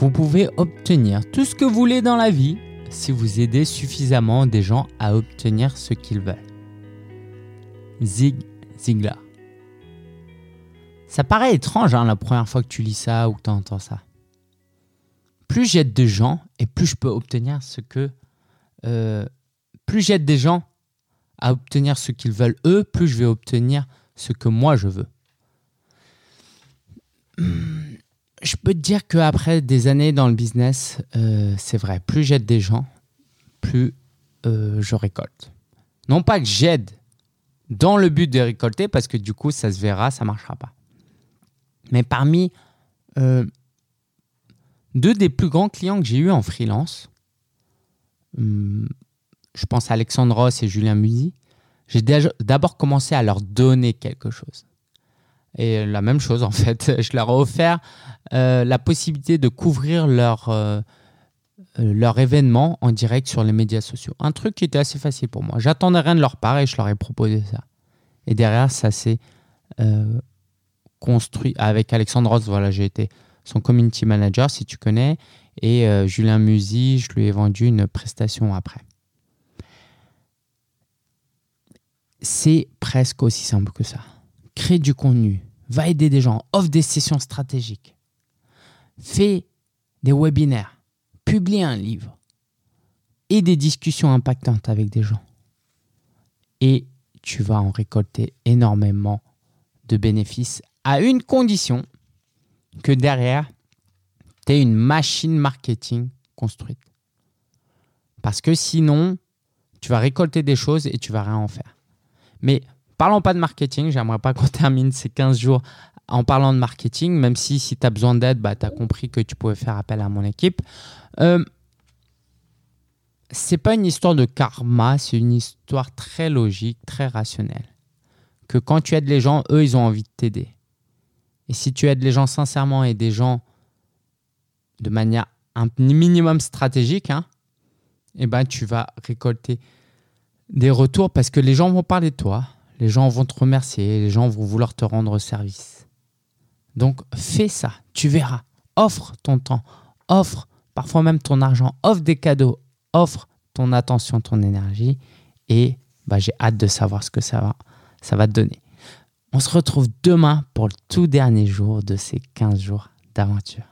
Vous pouvez obtenir tout ce que vous voulez dans la vie si vous aidez suffisamment des gens à obtenir ce qu'ils veulent. Zig Ziglar. Ça paraît étrange la première fois que tu lis ça ou que tu entends ça. Plus j'aide de gens et plus je peux obtenir ce que... plus j'aide des gens à obtenir ce qu'ils veulent eux, plus je vais obtenir ce que moi je veux. Je peux te dire qu'après des années dans le business, c'est vrai, plus j'aide des gens, plus je récolte. Non pas que j'aide dans le but de récolter, parce que du coup, ça se verra, ça ne marchera pas. Mais parmi 2 des plus grands clients que j'ai eus en freelance, je pense à Alexandre Ross et Julien Musi, j'ai d'abord commencé à leur donner quelque chose. Et la même chose, en fait, je leur ai offert la possibilité de couvrir leur événement en direct sur les médias sociaux. Un truc qui était assez facile pour moi. J'attendais rien de leur part et je leur ai proposé ça. Et derrière, ça s'est construit. Avec Alexandre Ross, voilà, j'ai été son community manager, si tu connais. Et Julien Musi, je lui ai vendu une prestation après. C'est presque aussi simple que ça. Crée du contenu, va aider des gens, offre des sessions stratégiques, fais des webinaires, publie un livre et des discussions impactantes avec des gens. Et tu vas en récolter énormément de bénéfices à une condition que derrière, tu aies une machine marketing construite. Parce que sinon, tu vas récolter des choses et tu vas rien en faire. Mais parlons pas de marketing, j'aimerais pas qu'on termine ces 15 jours en parlant de marketing, même si tu as besoin d'aide, tu as compris que tu pouvais faire appel à mon équipe. C'est pas une histoire de karma, c'est une histoire très logique, très rationnelle. Que quand tu aides les gens, eux, ils ont envie de t'aider. Et si tu aides les gens sincèrement et des gens de manière un minimum stratégique, tu vas récolter des retours parce que les gens vont parler de toi, les gens vont te remercier, les gens vont vouloir te rendre service. Donc, fais ça, tu verras. Offre ton temps, offre parfois même ton argent, offre des cadeaux, offre ton attention, ton énergie et j'ai hâte de savoir ce que ça va te donner. On se retrouve demain pour le tout dernier jour de ces 15 jours d'aventure.